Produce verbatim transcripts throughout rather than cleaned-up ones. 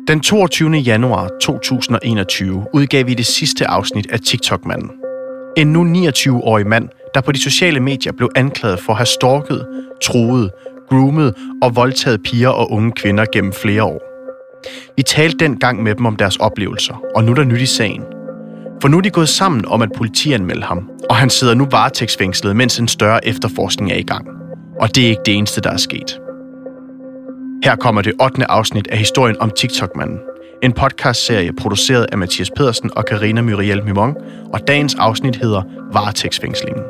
Den toogtyvende januar to tusind og enogtyve udgav vi det sidste afsnit af TikTok-manden. En nu niogtyve-årig mand, der på de sociale medier blev anklaget for at have stalket, truet, groomet og voldtaget piger og unge kvinder gennem flere år. Vi talte dengang med dem om deres oplevelser, og nu er der nyt i sagen. For nu er de gået sammen om at politianmelde ham, og han sidder nu varetægtsfængslet, mens en større efterforskning er i gang. Og det er ikke det eneste, der er sket. Her kommer det ottende afsnit af historien om TikTok-manden. En podcastserie produceret af Mathias Pedersen og Karina Muriel Mimon, og dagens afsnit hedder Varetægtsfængslingen.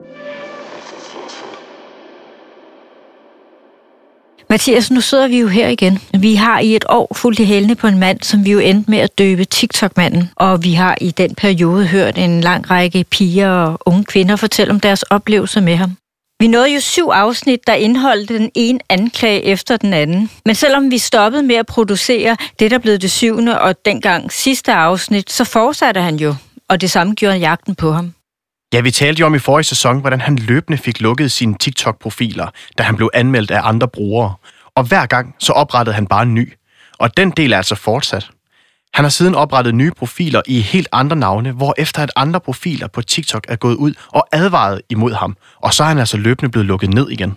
Mathias, nu sidder vi jo her igen. Vi har i et år fulgt i hælene på en mand, som vi jo endte med at døbe TikTok-manden. Og vi har i den periode hørt en lang række piger og unge kvinder fortælle om deres oplevelser med ham. Vi nåede jo syv afsnit, der indeholdt den ene anklage efter den anden. Men selvom vi stoppede med at producere det, der blev det syvende og dengang sidste afsnit, så fortsatte han jo. Og det samme gjorde jagten på ham. Ja, vi talte jo om i forrige sæson, hvordan han løbende fik lukket sine TikTok-profiler, da han blev anmeldt af andre brugere. Og hver gang så oprettede han bare en ny. Og den del er altså fortsat. Han har siden oprettet nye profiler i helt andre navne, hvorefter at andre profiler på TikTok er gået ud og advaret imod ham. Og så er han altså løbende blevet lukket ned igen.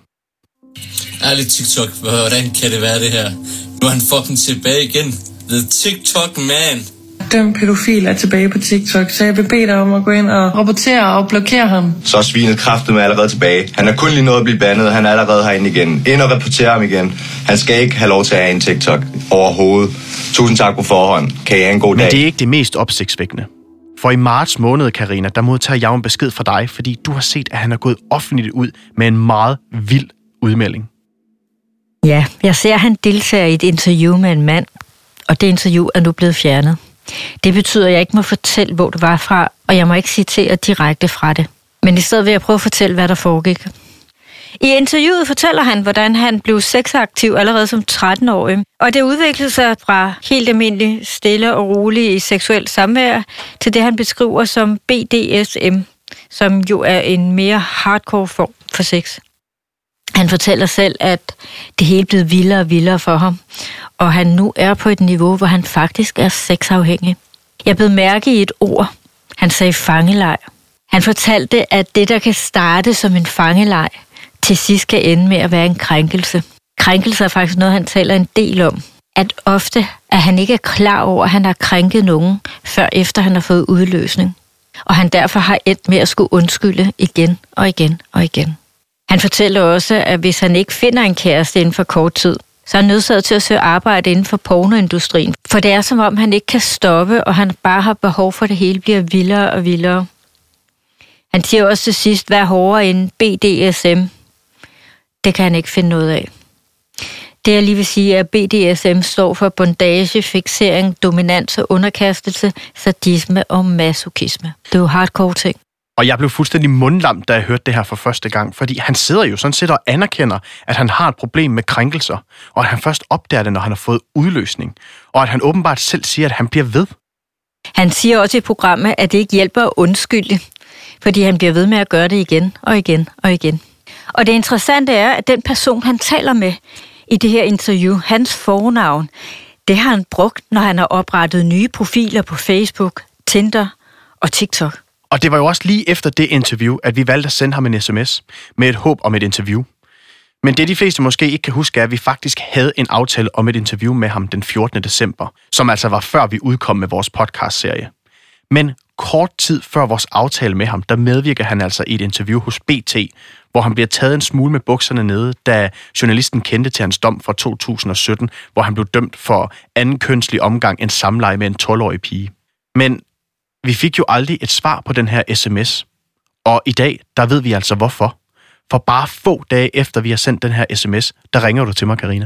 Ærligt TikTok, hvordan kan det være det her? Nu er han fucking tilbage igen. The TikTok man. Den pædofil er tilbage på TikTok, så jeg vil bede dig om at gå ind og rapportere og blokere ham. Så er svinet kraftedeme allerede tilbage. Han er kun lige nået at blive bandet, og han er allerede herinde igen. Ind og rapportere ham igen. Han skal ikke have lov til at have en TikTok overhovedet. Tusind tak på forhånd. Kan I have en god dag? Men det er ikke det mest opsigtsvækkende. For i marts måned, Karina, der modtager jeg en besked fra dig, fordi du har set, at han er gået offentligt ud med en meget vild udmelding. Ja, jeg ser, at han deltager i et interview med en mand, og det interview er nu blevet fjernet. Det betyder, at jeg ikke må fortælle, hvor det var fra, og jeg må ikke citere direkte fra det. Men i stedet vil jeg prøve at fortælle, hvad der foregik. I interviewet fortæller han, hvordan han blev sexaktiv allerede som tretten-årig, og det udviklede sig fra helt almindelig stille og rolig i seksuelt samvær til det, han beskriver som B D S M, som jo er en mere hardcore form for sex. Han fortæller selv, at det hele er blevet vildere og vildere for ham, og han nu er på et niveau, hvor han faktisk er sexafhængig. Jeg blev mærke i et ord. Han sagde fangelej. Han fortalte, at det, der kan starte som en fangelej, til sidst kan ende med at være en krænkelse. Krænkelse er faktisk noget, han taler en del om. At ofte er han ikke klar over, at han har krænket nogen, før efter han har fået udløsning. Og han derfor har endt med at skulle undskylde igen og igen og igen. Han fortæller også, at hvis han ikke finder en kæreste inden for kort tid, så er han nødsaget til at søge arbejde inden for pornoindustrien. For det er som om, han ikke kan stoppe, og han bare har behov for, at det hele bliver vildere og vildere. Han siger også til sidst, hvad er hårdere end B D S M? Det kan han ikke finde noget af. Det jeg lige vil sige, er, at B D S M står for bondage, fiksering, dominans og underkastelse, sadisme og masochisme. Det er jo hardcore ting. Og jeg blev fuldstændig mundlam, da jeg hørte det her for første gang, fordi han sidder jo sådan set og anerkender, at han har et problem med krænkelser, og at han først opdager det, når han har fået udløsning, og at han åbenbart selv siger, at han bliver ved. Han siger også i programmet, at det ikke hjælper at undskylde, fordi han bliver ved med at gøre det igen og igen og igen. Og det interessante er, at den person, han taler med i det her interview, hans fornavn, det har han brugt, når han har oprettet nye profiler på Facebook, Tinder og TikTok. Og det var jo også lige efter det interview, at vi valgte at sende ham en sms med et håb om et interview. Men det de fleste måske ikke kan huske, er, at vi faktisk havde en aftale om et interview med ham den fjortende december, som altså var før vi udkom med vores podcastserie. Men kort tid før vores aftale med ham, der medvirker han altså i et interview hos B T, hvor han bliver taget en smule med bukserne nede, da journalisten kendte til hans dom fra to tusind og sytten, hvor han blev dømt for anden kønslig omgang end samleje med en tolv-årig pige. Men vi fik jo aldrig et svar på den her sms, og i dag, der ved vi altså hvorfor. For bare få dage efter vi har sendt den her sms, der ringer du til mig, Karina.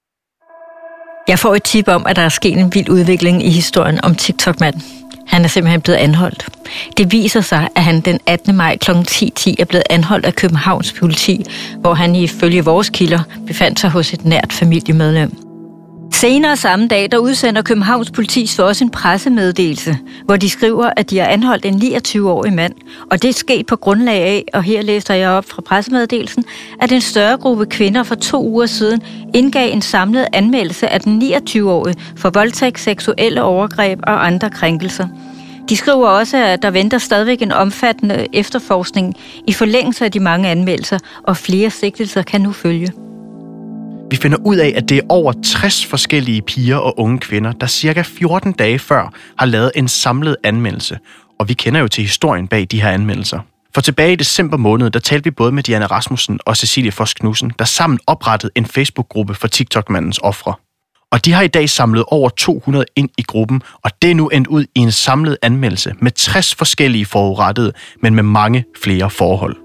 Jeg får et tip om, at der er sket en vild udvikling i historien om TikTok-manden. Han er simpelthen blevet anholdt. Det viser sig, at han den attende maj klokken ti ti er blevet anholdt af Københavns politi, hvor han ifølge vores kilder befandt sig hos et nært familiemedlem. Senere samme dag, der udsender Københavns politi for os en pressemeddelelse, hvor de skriver, at de har anholdt en niogtyve-årig mand. Og det er sket på grundlag af, og her læser jeg op fra pressemeddelelsen, at en større gruppe kvinder for to uger siden indgav en samlet anmeldelse af den niogtyve-årige for voldtægt, seksuelle overgreb og andre krænkelser. De skriver også, at der venter stadigvæk en omfattende efterforskning i forlængelse af de mange anmeldelser, og flere sigtelser kan nu følge. Vi finder ud af, at det er over tres forskellige piger og unge kvinder, der cirka fjorten dage før har lavet en samlet anmeldelse. Og vi kender jo til historien bag de her anmeldelser. For tilbage i december måned, der talte vi både med Diana Rasmussen og Cecilie Foss Knudsen, der sammen oprettede en Facebook-gruppe for TikTok-mandens ofre. Og de har i dag samlet over to hundrede ind i gruppen, og det er nu endt ud i en samlet anmeldelse med tres forskellige forurettede, men med mange flere forhold.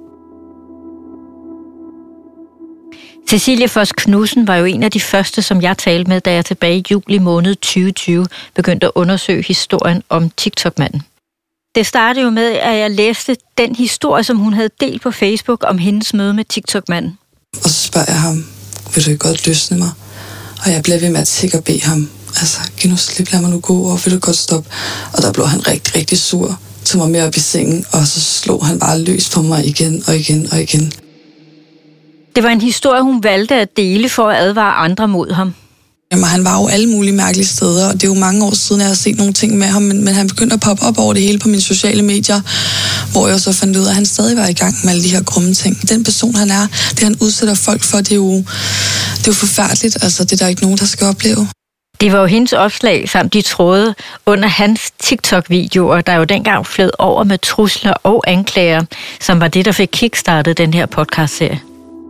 Cecilie Foss Knudsen var jo en af de første, som jeg talte med, da jeg tilbage i juli måned tyve tyve begyndte at undersøge historien om TikTok-manden. Det startede jo med, at jeg læste den historie, som hun havde delt på Facebook om hendes møde med TikTok-manden. Og så spørger jeg ham, vil du ikke godt løsne mig? Og jeg bliver ved med at tikke og bede ham, altså, giv nu slip, lad mig nu gå, og vil du godt stoppe? Og der blev han rigtig, rigtig sur, tog mig med op i sengen, og så slog han bare løs på mig igen og igen og igen. Det var en historie, hun valgte at dele for at advare andre mod ham. Jamen, han var jo alle mulige mærkelige steder, og det er jo mange år siden, jeg har set nogle ting med ham, men, men han begyndte at poppe op over det hele på mine sociale medier, hvor jeg så fandt ud af, at han stadig var i gang med alle de her grumme ting. Den person, han er, det han udsætter folk for, det er jo, det er jo forfærdeligt. Altså, det er der ikke nogen, der skal opleve. Det var jo hendes opslag samt de tråde under hans TikTok-videoer, der jo dengang flød over med trusler og anklager, som var det, der fik kickstartet den her podcast-serie.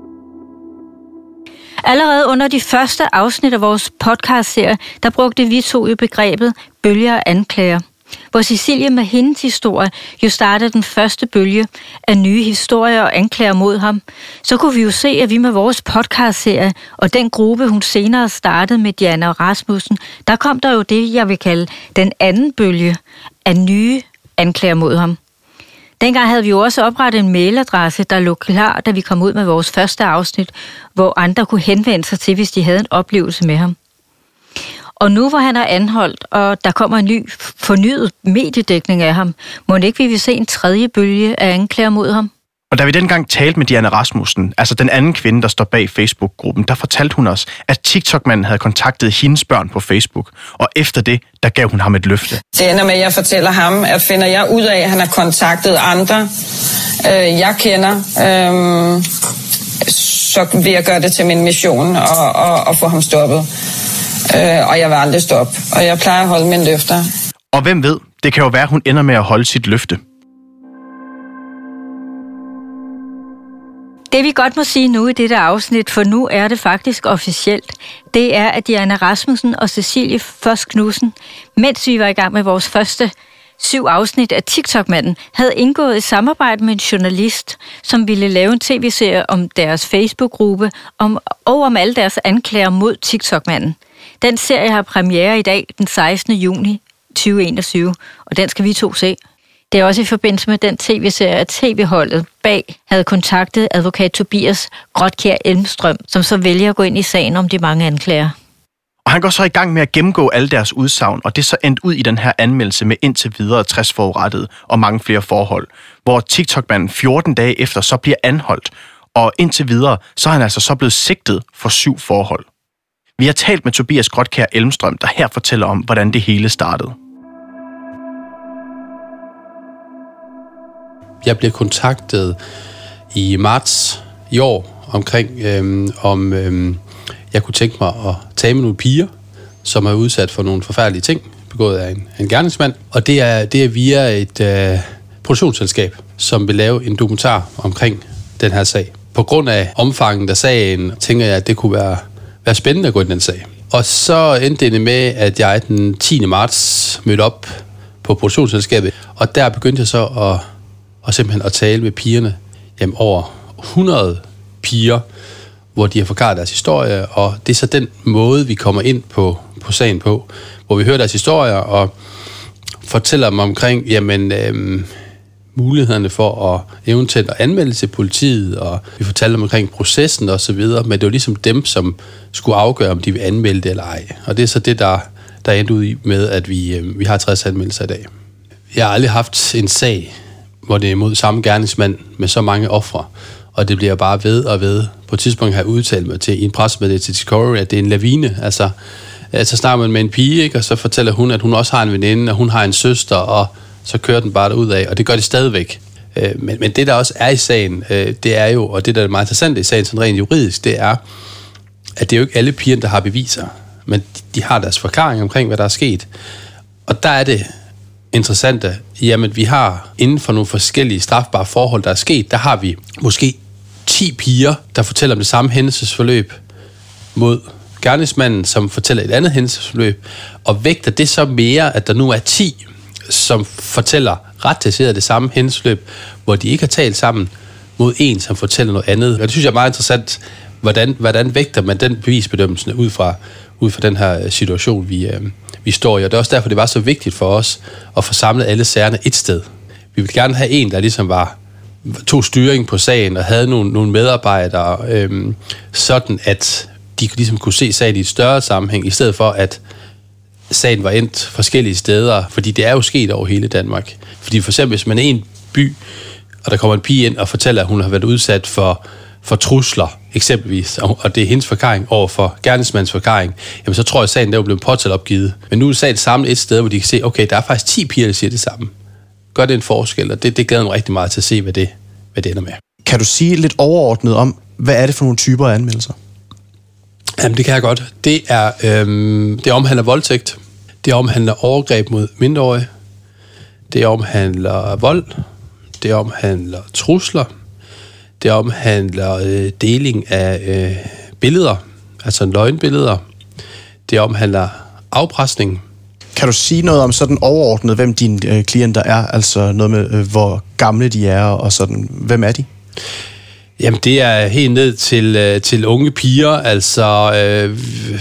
Allerede under de første afsnit af vores podcast-serie, der brugte vi to jo begrebet bølger og anklager. Hvor Cecilie med hendes historie jo startede den første bølge af nye historier og anklager mod ham, så kunne vi jo se, at vi med vores podcast-serie og den gruppe, hun senere startede med Diana Rasmussen, der kom der jo det, jeg vil kalde den anden bølge af nye anklager mod ham. Dengang havde vi jo også oprettet en mailadresse, der lå klar, da vi kom ud med vores første afsnit, hvor andre kunne henvende sig til, hvis de havde en oplevelse med ham. Og nu hvor han er anholdt, og der kommer en ny fornyet mediedækning af ham, må ikke vi vil se en tredje bølge af anklager mod ham? Og da vi dengang talte med Diana Rasmussen, altså den anden kvinde, der står bag Facebook-gruppen, der fortalte hun os, at TikTok-manden havde kontaktet hendes børn på Facebook, og efter det, der gav hun ham et løfte. Det ender med, at jeg fortæller ham, at finder jeg ud af, at han har kontaktet andre, øh, jeg kender, øh, så vil jeg gøre det til min mission og, og, og få ham stoppet. Øh, og jeg vil aldrig stoppe, og jeg plejer at holde mine løfter. Og hvem ved, det kan jo være, at hun ender med at holde sit løfte. Det vi godt må sige nu i dette afsnit, for nu er det faktisk officielt, det er, at Diana Rasmussen og Cecilie Foss Knudsen, mens vi var i gang med vores første syv afsnit af TikTok-manden, havde indgået et samarbejde med en journalist, som ville lave en tv-serie om deres Facebook-gruppe om, og om alle deres anklager mod TikTok-manden. Den serie har premiere i dag, den sekstende juni tyve enogtyve, og den skal vi to se. Det er også i forbindelse med den tv-serie, at tv-holdet bag havde kontaktet advokat Tobias Grotkjær Elmstrøm, som så vælger at gå ind i sagen om de mange anklager. Og han går så i gang med at gennemgå alle deres udsagn, og det er så endt ud i den her anmeldelse med indtil videre tres forurettede og mange flere forhold, hvor TikTok-manden fjorten dage efter så bliver anholdt, og indtil videre så er han altså så blevet sigtet for syv forhold. Vi har talt med Tobias Grotkjær Elmstrøm, der her fortæller om, hvordan det hele startede. Jeg blev kontaktet i marts i år omkring, øhm, om øhm, jeg kunne tænke mig at tage med nogle piger, som er udsat for nogle forfærdelige ting, begået af en, en gerningsmand. Og det er, det er via et øh, produktionsselskab, som vil lave en dokumentar omkring den her sag. På grund af omfanget af sagen, tænker jeg, at det kunne være, være spændende at gå i den sag. Og så endte det med, at jeg den tiende marts mødte op på produktionsselskabet, og der begyndte jeg så at og simpelthen at tale med pigerne, jamen over hundrede piger, hvor de har forklaret deres historie, og det er så den måde, vi kommer ind på, på sagen på, hvor vi hører deres historier og fortæller dem omkring, jamen, øhm, mulighederne for at eventuelt at anmelde til politiet, og vi fortalte dem omkring processen og så videre, men det var ligesom dem, som skulle afgøre, om de vil anmelde det eller ej. Og det er så det, der, der endte ud i med, at vi, øh, vi har tres anmeldelser i dag. Jeg har aldrig haft en sag, hvor det er imod samme gerningsmand med så mange ofre, og det bliver bare ved og ved. På et tidspunkt har jeg udtalt mig til i en pressemeddelelse til Discovery, at det er en lavine. Altså, så snakker man med en pige, ikke? Og så fortæller hun, at hun også har en veninde, og hun har en søster, og så kører den bare derud af, og det gør det stadigvæk. Men, men det, der også er i sagen, det er jo, og det, der er meget interessant i sagen, sådan rent juridisk, det er, at det er jo ikke alle pigerne, der har beviser, men de har deres forklaring omkring, hvad der er sket. Og der er det interessante, jamen vi har inden for nogle forskellige strafbare forhold, der er sket, der har vi måske ti piger, der fortæller om det samme hændelsesforløb mod gerningsmanden, som fortæller et andet hændelsesforløb, og vægter det så mere, at der nu er ti, som fortæller ret til det samme hændelsesforløb, hvor de ikke har talt sammen, mod en, som fortæller noget andet. Og det synes jeg er meget interessant, hvordan, hvordan vægter man den bevisbedømmelse ud fra, ud fra den her situation, vi, øh, vi står i. Og det er også derfor, det var så vigtigt for os at få samlet alle sagerne et sted. Vi ville gerne have en, der ligesom var tog styring på sagen og havde nogle, nogle medarbejdere, øh, sådan at de ligesom kunne se sagen i et større sammenhæng, i stedet for at sagen var endt forskellige steder, fordi det er jo sket over hele Danmark. Fordi for eksempel, hvis man er i en by, og der kommer en pige ind og fortæller, at hun har været udsat for, for trusler, eksempelvis, og det er hendes forklaring over for gerningsmandens forklaring, jamen så tror jeg, at sagen der er blevet påtalopgivet. Men nu er sagen samlet et sted, hvor de kan se, okay, der er faktisk ti piger, der siger det samme. Gør det en forskel, og det, det glæder mig rigtig meget til at se, hvad det, hvad det ender med. Kan du sige lidt overordnet om, hvad er det for nogle typer af anmeldelser? Jamen, det kan jeg godt. Det er, øhm, det omhandler voldtægt. Det omhandler overgreb mod mindreårige. Det omhandler vold. Det omhandler trusler. Det omhandler øh, deling af øh, billeder, altså nøgenbilleder. Det omhandler afpresning. Kan du sige noget om sådan overordnet, hvem dine øh, klienter er? Altså noget med, øh, hvor gamle de er og sådan. Hvem er de? Jamen, det er helt ned til, øh, til unge piger, altså øh,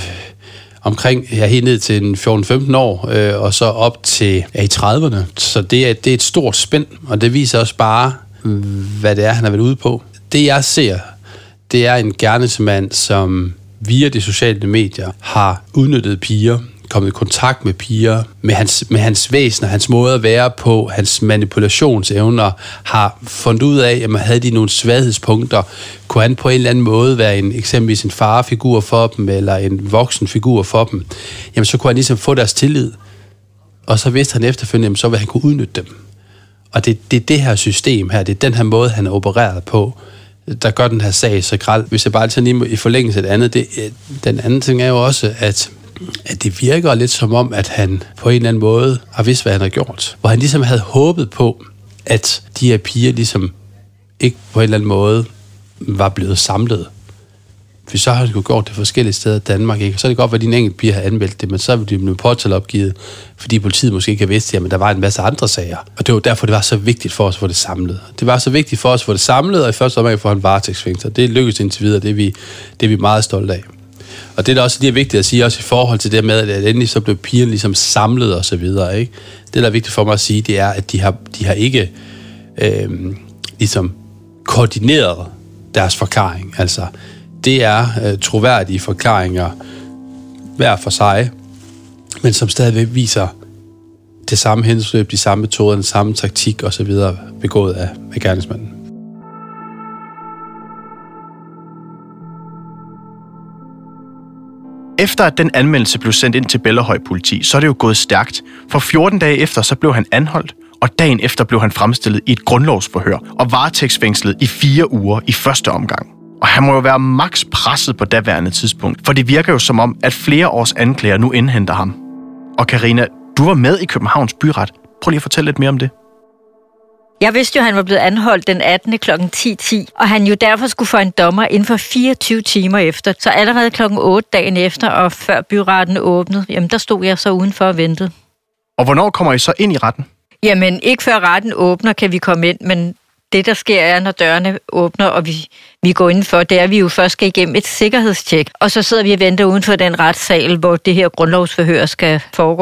omkring, ja, helt ned til fjorten femten år, øh, og så op til ja, i trediverne. Så det er, det er et stort spænd, og det viser også bare, hvad det er, han har været ude på. Det, jeg ser, det er en gerningsmand, som via de sociale medier har udnyttet piger, kommet i kontakt med piger, med hans, med hans væsen og hans måde at være på, hans manipulationsevner, har fundet ud af, at man havde de nogle svaghedspunkter. Kunne han på en eller anden måde være en, eksempelvis en farfigur for dem, eller en voksen figur for dem, jamen så kunne han ligesom få deres tillid. Og så vidste han efterfølgende, jamen, så ville han kunne udnytte dem. Og det, det er det her system her, det er den her måde, han er opereret på, der gør den her sag så grel. Hvis jeg bare tager lige i forlængelse af det andet, det, den anden ting er jo også, at at det virker lidt som om, at han på en eller anden måde har vidst, hvad han har gjort. Hvor han ligesom havde håbet på, at de her piger ligesom ikke på en eller anden måde var blevet samlet. For så har han jo gjort det forskellige steder i Danmark, ikke? Så er det godt, at din enkelt piger har anmeldt det, men så er de blevet påtalopgivet, fordi politiet måske ikke har vidst, at der var en masse andre sager. Og det var derfor, det var så vigtigt for os at få det samlet. Det var så vigtigt for os at få det samlet, og i første omgang få en varetægtsfængsel. Det lykkedes indtil videre, det er vi, det er vi meget stolte af. Og det er da også lige vigtigt at sige, også i forhold til det med, at endelig så blev pigerne ligesom samlet og så videre, ikke? Det, der er vigtigt for mig at sige, det er, at de har, de har ikke øh, ligesom koordineret deres forklaring. Altså, det er øh, troværdige forklaringer hver for sig, men som stadigvæk viser det samme hændelsesforløb, de samme metoder, den samme taktik og så videre, begået af, af gerningsmanden. Efter at den anmeldelse blev sendt ind til Bellahøj politi, så er det jo gået stærkt. For fjorten dage efter, så blev han anholdt, og dagen efter blev han fremstillet i et grundlovsforhør og varetægtsfængslet i fire uger i første omgang. Og han må jo være maks presset på daværende tidspunkt, for det virker jo som om, at flere års anklager nu indhenter ham. Og Karina, du var med i Københavns Byret. Prøv lige at fortælle lidt mere om det. Jeg vidste jo, at han var blevet anholdt den attende klokken ti ti, og han jo derfor skulle få en dommer inden for fireogtyve timer efter. Så allerede klokken otte dagen efter, og før byretten åbnede, jamen der stod jeg så udenfor og ventede. Og hvornår kommer I så ind i retten? Jamen, ikke før retten åbner, kan vi komme ind, men det, der sker, er, når dørene åbner, og vi, vi går indenfor, det er, at vi jo først skal igennem et sikkerhedstjek, og så sidder vi og venter uden for den retssal, hvor det her grundlovsforhør skal foregå.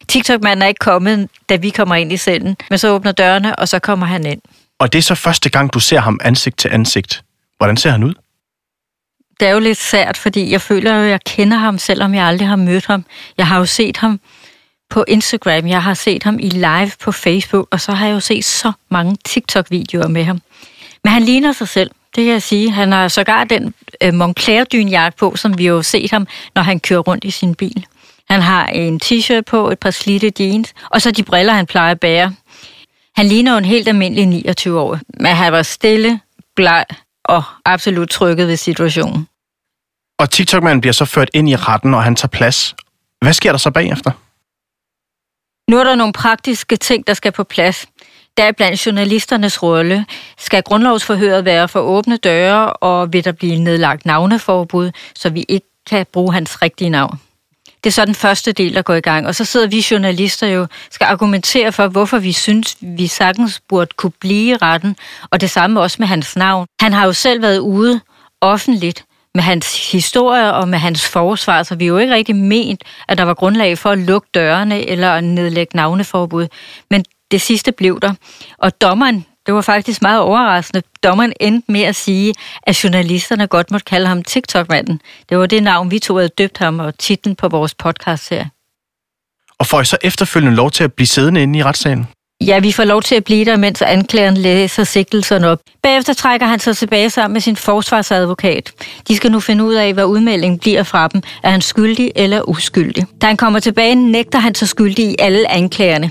TikTok-manden er ikke kommet, da vi kommer ind i cellen, men så åbner dørene, og så kommer han ind. Og det er så første gang, du ser ham ansigt til ansigt. Hvordan ser han ud? Det er jo lidt sært, fordi jeg føler jo, at jeg kender ham, selvom jeg aldrig har mødt ham. Jeg har jo set ham på Instagram, jeg har set ham i live på Facebook, og så har jeg jo set så mange TikTok-videoer med ham. Men han ligner sig selv, det kan jeg sige. Han har sågar den øh, Moncler-dynjakke på, som vi jo har set ham, når han kører rundt i sin bil. Han har en t-shirt på, et par slidte jeans, og så de briller, han plejer at bære. Han ligner jo en helt almindelig niogtyve-årig, men han var stille, bleg og absolut trykket ved situationen. Og TikTok-manden bliver så ført ind i retten, og han tager plads. Hvad sker der så bagefter? Nu er der nogle praktiske ting, der skal på plads. Der er blandt journalisternes rolle. Skal grundlovsforhøret være for åbne døre, og vil der blive nedlagt navneforbud, så vi ikke kan bruge hans rigtige navn. Det er så den første del, der går i gang. Og så sidder vi journalister jo, skal argumentere for, hvorfor vi synes, vi sagtens burde kunne blive i retten. Og det samme også med hans navn. Han har jo selv været ude offentligt med hans historie og med hans forsvar, så vi jo ikke rigtig ment, at der var grundlag for at lukke dørene eller at nedlægge navneforbud. Men det sidste blev der. Og dommeren, det var faktisk meget overraskende, dommeren endte med at sige, at journalisterne godt måtte kalde ham TikTok-manden. Det var det navn, vi to havde døbt ham, og titlen på vores podcast her. Og får I så efterfølgende lov til at blive siddende inde i retssalen? Ja, vi får lov til at blive der, mens anklageren læser sigtelserne op. Bagefter trækker han sig tilbage sammen med sin forsvarsadvokat. De skal nu finde ud af, hvad udmeldingen bliver fra dem. Er han skyldig eller uskyldig? Da han kommer tilbage, nægter han sig skyldig i alle anklagerne.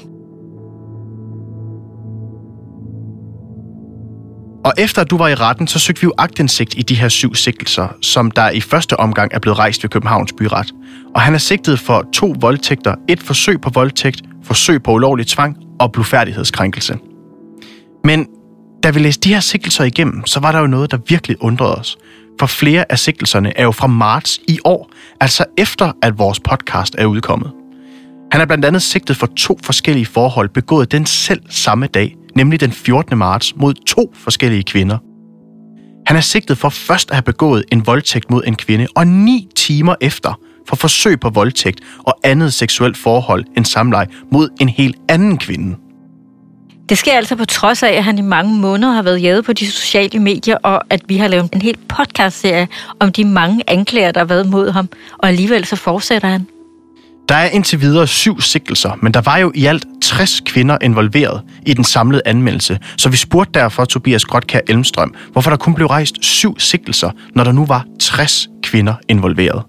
Og efter at du var i retten, så søgte vi jo aktindsigt i de her syv sigtelser, som der i første omgang er blevet rejst ved Københavns Byret. Og han er sigtet for to voldtægter, et forsøg på voldtægt, forsøg på ulovlig tvang og blufærdighedskrænkelse. Men da vi læste de her sigtelser igennem, så var der jo noget, der virkelig undrede os. For flere af sigtelserne er jo fra marts i år, altså efter at vores podcast er udkommet. Han er blandt andet sigtet for to forskellige forhold begået den selv samme dag, nemlig den fjortende marts, mod to forskellige kvinder. Han er sigtet for først at have begået en voldtægt mod en kvinde, og ni timer efter for forsøg på voldtægt og andet seksuelt forhold end samleje mod en helt anden kvinde. Det sker altså på trods af, at han i mange måneder har været jaget på de sociale medier, og at vi har lavet en hel podcastserie om de mange anklager, der har været mod ham, og alligevel så fortsætter han. Der er indtil videre syv sigtelser, men der var jo i alt tres kvinder involveret i den samlede anmeldelse, så vi spurgte derfor Tobias Grotkjær Elmstrøm, hvorfor der kun blev rejst syv sigtelser, når der nu var tres kvinder involveret.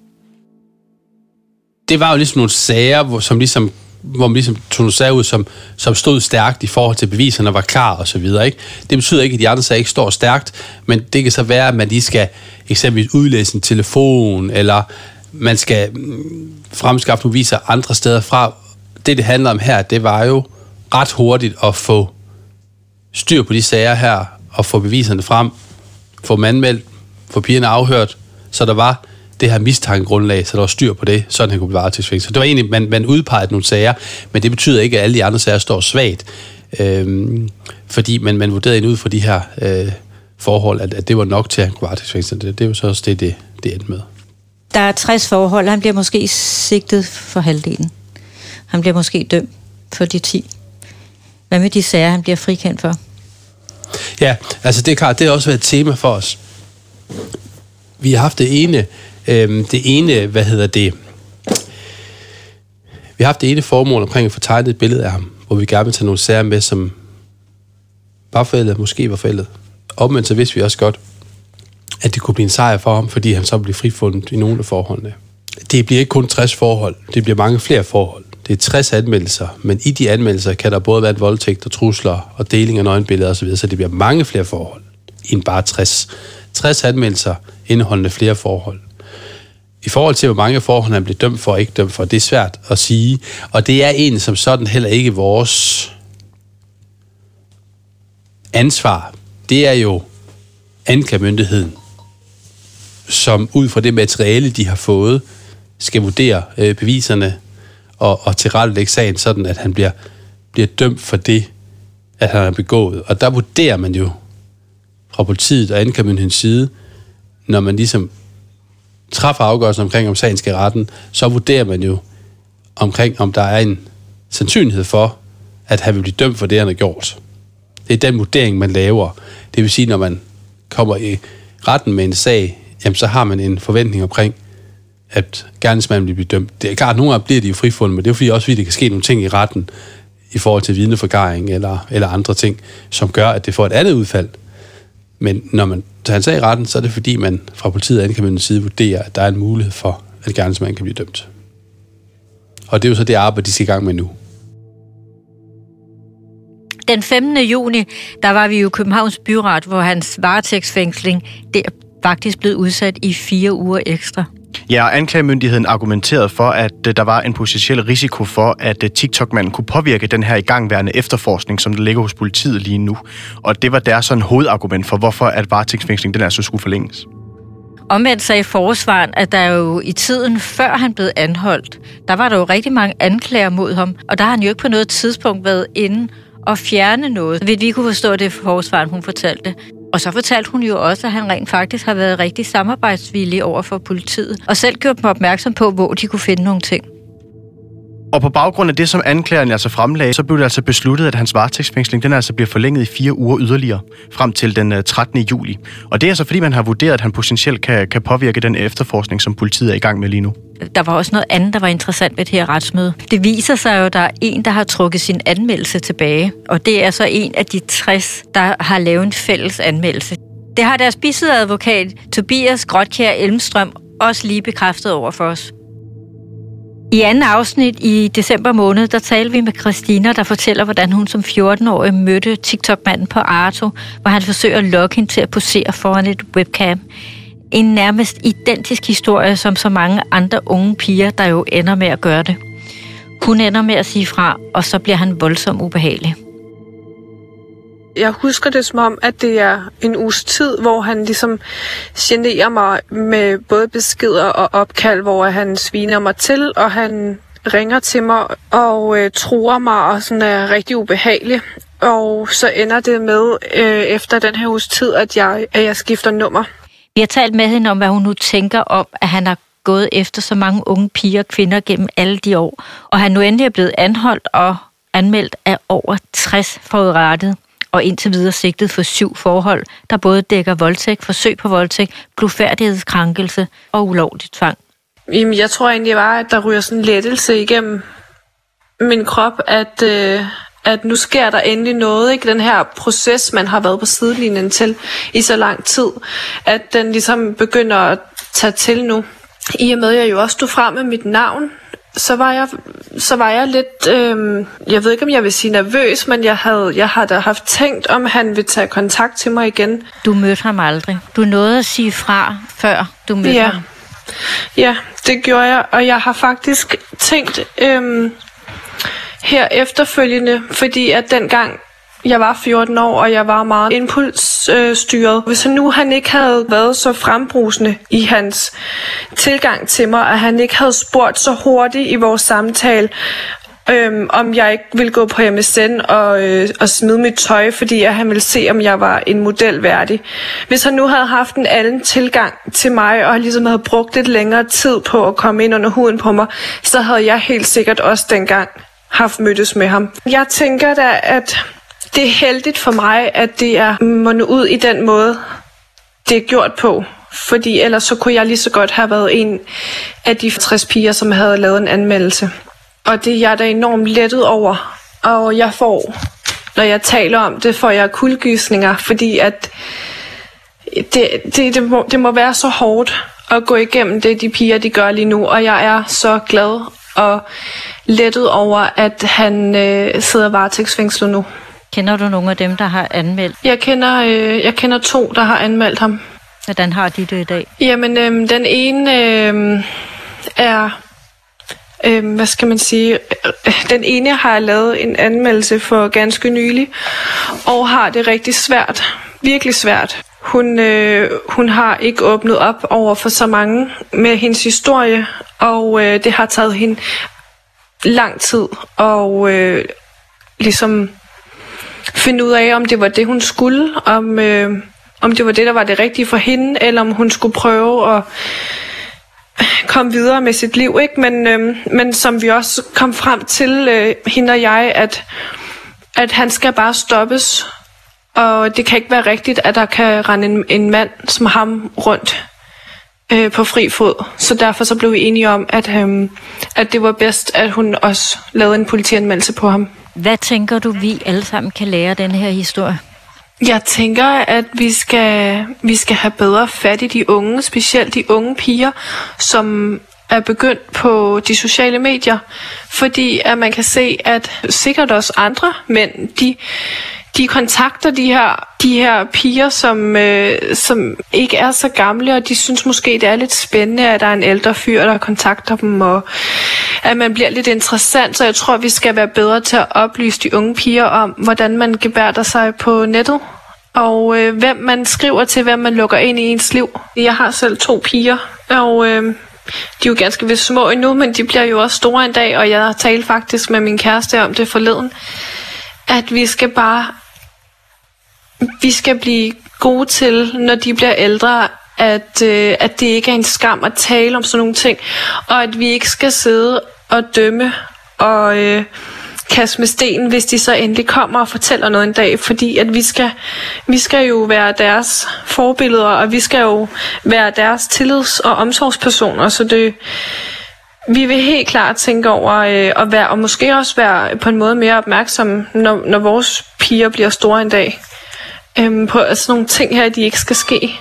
Det var jo ligesom nogle sager, hvor, som ligesom, hvor man ligesom tog nogle sager ud, som, som stod stærkt i forhold til beviserne og var klar og så videre, ikke? Det betyder ikke, at de andre sager ikke står stærkt, men det kan så være, at man lige skal eksempelvis udlæse en telefon, eller man skal fremskaffe nogle viser andre steder fra. Det, det handler om her, det var jo ret hurtigt at få styr på de sager her, og få beviserne frem, få dem anmeldt, få pigerne afhørt, så der var det her mistankegrundlag, så der var styr på det, sådan han kunne blive varetægtsfængslet. Så det var egentlig, man, man udpegede nogle sager, men det betyder ikke, at alle de andre sager står svagt, øhm, fordi man, man vurderede ind ud fra de her øh, forhold, at, at det var nok til, at han kunne varetægtsfængslet. Det, det var så også det, det, det endte med. Der er tres forhold, han bliver måske sigtet for halvdelen. Han bliver måske dømt for de ti. Hvad med de sager, han bliver frikendt for? Ja, altså det er klart, det har også været et tema for os. Vi har haft det ene, øh, det ene, hvad hedder det, vi har haft det ene formål omkring at få tegnet et billede af ham, hvor vi gerne vil tage nogle sager med, som var forældet, måske var forældet. Omvendt så vidste vi også godt, at det kunne blive en sejr for ham, fordi han så blev frifundet i nogle af forholdene. Det bliver ikke kun tres forhold, det bliver mange flere forhold. Det er tres anmeldelser, men i de anmeldelser kan der både være et voldtægt og trusler og deling af nøgenbilleder osv., så det bliver mange flere forhold end bare tres. tres anmeldelser indeholdende flere forhold. I forhold til, hvor mange forhold han bliver dømt for og ikke dømt for, det er svært at sige, og det er egentlig som sådan heller ikke vores ansvar. Det er jo anklagemyndigheden, som ud fra det materiale, de har fået, skal vurdere øh, beviserne og, og tilrettelægge sagen, sådan at han bliver, bliver dømt for det, at han har begået. Og der vurderer man jo fra politiet og anklagemyndighedens side, når man ligesom træffer afgørelsen omkring, om sagen skal retten, så vurderer man jo omkring, om der er en sandsynlighed for, at han vil blive dømt for det, han har gjort. Det er den vurdering, man laver. Det vil sige, når man kommer i retten med en sag, jamen, så har man en forventning omkring, at gerningsmanden bliver dømt. Det er klart, at nogle gange bliver de jo frifundet, men det er jo fordi, også fordi, der kan ske nogle ting i retten i forhold til vidneforklaring eller, eller andre ting, som gør, at det får et andet udfald. Men når man tager en sag i retten, så er det fordi, man fra politiet og anklagemyndighedens side vurderer, at der er en mulighed for, at gerningsmanden kan blive dømt. Og det er jo så det arbejde, de skal i gang med nu. Den femtende juni, der var vi jo i Københavns Byret, hvor hans varetægtsfængsling der faktisk blev udsat i fire uger ekstra. Ja, og anklagemyndigheden argumenterede for, at der var en potentiel risiko for, at TikTok-manden kunne påvirke den her igangværende efterforskning, som der ligger hos politiet lige nu. Og det var deres sådan hovedargument for, hvorfor at varetægtsfængslingen den altså skulle forlænges. Omvendt sagde forsvaren, at der jo i tiden før han blev anholdt, der var der jo rigtig mange anklager mod ham, og der har han jo ikke på noget tidspunkt været inde og fjerne noget. Vil vi kunne forstå det, forsvaren hun fortalte. Og så fortalte hun jo også, at han rent faktisk har været rigtig samarbejdsvillig over for politiet, og selv gjort dem opmærksom på, hvor de kunne finde nogle ting. Og på baggrund af det, som anklageren altså fremlagde, så blev det altså besluttet, at hans varetægtsfængsling den altså bliver forlænget i fire uger yderligere, frem til den trettende juli. Og det er altså fordi, man har vurderet, at han potentielt kan, kan påvirke den efterforskning, som politiet er i gang med lige nu. Der var også noget andet, der var interessant ved det her retsmøde. Det viser sig jo, at der er en, der har trukket sin anmeldelse tilbage, og det er så en af de tres, der har lavet en fælles anmeldelse. Det har deres bisidderadvokat Tobias Grotkjær Elmstrøm også lige bekræftet over for os. I anden afsnit i december måned, der talte vi med Christina, der fortæller, hvordan hun som fjorten-årig mødte TikTok-manden på Arto, hvor han forsøger at lokke hende til at posere foran et webcam. En nærmest identisk historie som så mange andre unge piger, der jo ender med at gøre det. Hun ender med at sige fra, og så bliver han voldsomt ubehagelig. Jeg husker det som om, at det er en uges tid, hvor han ligesom generer mig med både beskeder og opkald, hvor han sviner mig til, og han ringer til mig og øh, truer mig og sådan er rigtig ubehagelig. Og så ender det med, øh, efter den her uges tid, at jeg, at jeg skifter nummer. Vi har talt med hende om, hvad hun nu tænker om, at han har gået efter så mange unge piger og kvinder gennem alle de år. Og han nu endelig er blevet anholdt og anmeldt af over tres forurettede. Og indtil videre sigtet for syv forhold, der både dækker voldtægt, forsøg på voldtægt, blufærdighedskrænkelse og ulovlig tvang. Jamen, jeg tror egentlig bare, at der ryger sådan en lettelse igennem min krop, at, øh, at nu sker der endelig noget, ikke? Den her proces, man har været på sidelinjen til i så lang tid, at den ligesom begynder at tage til nu. I og med, at jeg jo også stod frem med mit navn, så var jeg, så var jeg lidt, øh, jeg ved ikke, om jeg vil sige nervøs, men jeg havde, jeg havde da haft tænkt, om han ville tage kontakt til mig igen. Du mødte ham aldrig. Du nåede at sige fra, før du mødte ja. ham. Ja, det gjorde jeg, og jeg har faktisk tænkt øh, her efterfølgende, fordi at dengang jeg var fjorten år, og jeg var meget impulsstyret. Hvis nu han ikke havde været så frembrusende i hans tilgang til mig, at han ikke havde spurgt så hurtigt i vores samtale, øhm, om jeg ikke ville gå på M S N og, øh, og smide mit tøj, fordi at han ville se, om jeg var en model værdig. Hvis han nu havde haft en anden tilgang til mig, og ligesom havde brugt lidt længere tid på at komme ind under huden på mig, så havde jeg helt sikkert også dengang haft mødtes med ham. Jeg tænker da, at det er heldigt for mig, at det er mundet ud i den måde, det er gjort på. Fordi ellers så kunne jeg lige så godt have været en af de tres piger, som havde lavet en anmeldelse. Og det er jeg da enormt lettet over. Og jeg får, når jeg taler om det, får jeg kuldegysninger, fordi at det, det, det, må, det må være så hårdt at gå igennem det, de piger de gør lige nu. Og jeg er så glad og lettet over, at han øh, sidder varetægtsfængslet nu. Kender du nogle af dem, der har anmeldt? Jeg kender, øh, jeg kender to, der har anmeldt ham. Hvordan har de det i dag? Jamen, øh, den ene øh, er, øh, hvad skal man sige, den ene har lavet en anmeldelse for ganske nylig, og har det rigtig svært, virkelig svært. Hun, øh, hun har ikke åbnet op over for så mange med hendes historie, og øh, det har taget hende lang tid, og øh, ligesom finde ud af, om det var det, hun skulle, om, øh, om det var det, der var det rigtige for hende, eller om hun skulle prøve at komme videre med sit liv, ikke? Men, øhm, men som vi også kom frem til, øh, hende og jeg, at, at han skal bare stoppes. Og det kan ikke være rigtigt, at der kan rende en, en mand som ham rundt øh, på fri fod. Så derfor så blev vi enige om, at, øh, at det var bedst, at hun også lavede en politianmeldelse på ham. Hvad tænker du, vi alle sammen kan lære af denne her historie? Jeg tænker, at vi skal, vi skal have bedre fat i de unge, specielt de unge piger, som er begyndt på de sociale medier. Fordi at man kan se, at sikkert også andre mænd, de... De kontakter de her, de her piger, som, øh, som ikke er så gamle, og de synes måske, det er lidt spændende, at der er en ældre fyr, der kontakter dem, og at man bliver lidt interessant. Så jeg tror, vi skal være bedre til at oplyse de unge piger om, hvordan man gebærder sig på nettet, og øh, hvem man skriver til, hvem man lukker ind i ens liv. Jeg har selv to piger, og øh, de er jo ganske vist små endnu, men de bliver jo også store en dag, og jeg har talt faktisk med min kæreste om det forleden, at vi skal bare... Vi skal blive gode til, når de bliver ældre, at, øh, at det ikke er en skam at tale om sådan nogle ting, og at vi ikke skal sidde og dømme og øh, kaste med sten, hvis de så endelig kommer og fortæller noget en dag, fordi at vi skal, vi skal jo være deres forbilleder, og vi skal jo være deres tillids- og omsorgspersoner, så det... Vi vil helt klart tænke over øh, at være, og måske også være på en måde mere opmærksomme, når, når vores piger bliver store en dag. Øhm, på sådan nogle ting her, de ikke skal ske.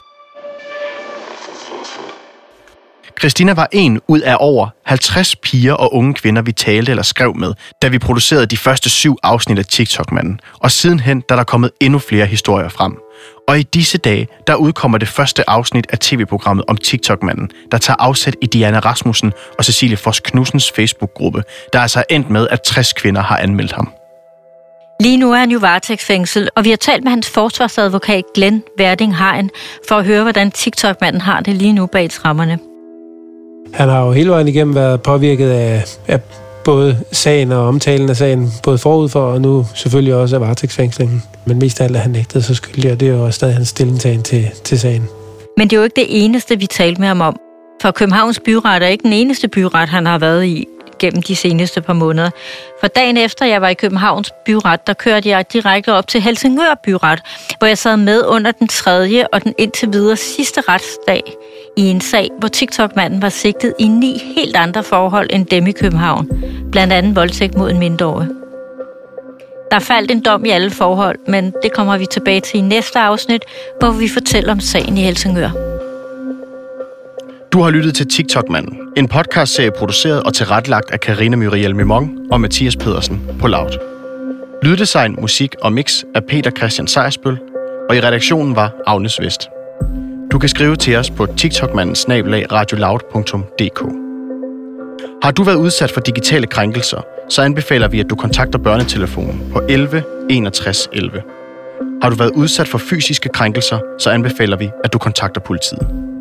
Christina var en ud af over halvtreds piger og unge kvinder, vi talte eller skrev med, da vi producerede de første syv afsnit af TikTok-manden. Og sidenhen, da der er kommet endnu flere historier frem. Og i disse dage, der udkommer det første afsnit af tv-programmet om TikTok-manden, der tager afsæt i Diana Rasmussen og Cecilie Foss Knudsens Facebook-gruppe, der altså er endt med, at tres kvinder har anmeldt ham. Lige nu er han jo varetægtsfængsel, og vi har talt med hans forsvarsadvokat Glenn Verding Hein for at høre, hvordan TikTok-manden har det lige nu bag trammerne. Han har jo hele vejen igennem været påvirket af, af både sagen og omtalen af sagen, både forud for og nu selvfølgelig også af varetægtsfængslingen. Men mest af alt er han nægtet så skyldig, og det er jo stadig hans stillingtagen til, til sagen. Men det er jo ikke det eneste, vi talte med ham om. For Københavns byret er ikke den eneste byret, han har været i gennem de seneste par måneder. For dagen efter jeg var i Københavns byret, der kørte jeg direkte op til Helsingør byret, hvor jeg sad med under den tredje og den indtil videre sidste retsdag i en sag, hvor TikTok-manden var sigtet i ni helt andre forhold end dem i København, blandt andet voldtægt mod en mindreårig. Der faldt en dom i alle forhold, men det kommer vi tilbage til i næste afsnit, hvor vi fortæller om sagen i Helsingør. Du har lyttet til TikTok-manden, en podcastserie produceret og tilrettelagt af Karina Muriel Mimong og Mathias Pedersen på Loud. Lyddesign, musik og mix af Peter Christian Sejersbøl, og i redaktionen var Agnes Vest. Du kan skrive til os på tiktokmanden snabel-a radioloud punktum d k. Har du været udsat for digitale krænkelser, så anbefaler vi, at du kontakter børnetelefonen på elleve enogtres elleve. Har du været udsat for fysiske krænkelser, så anbefaler vi, at du kontakter politiet.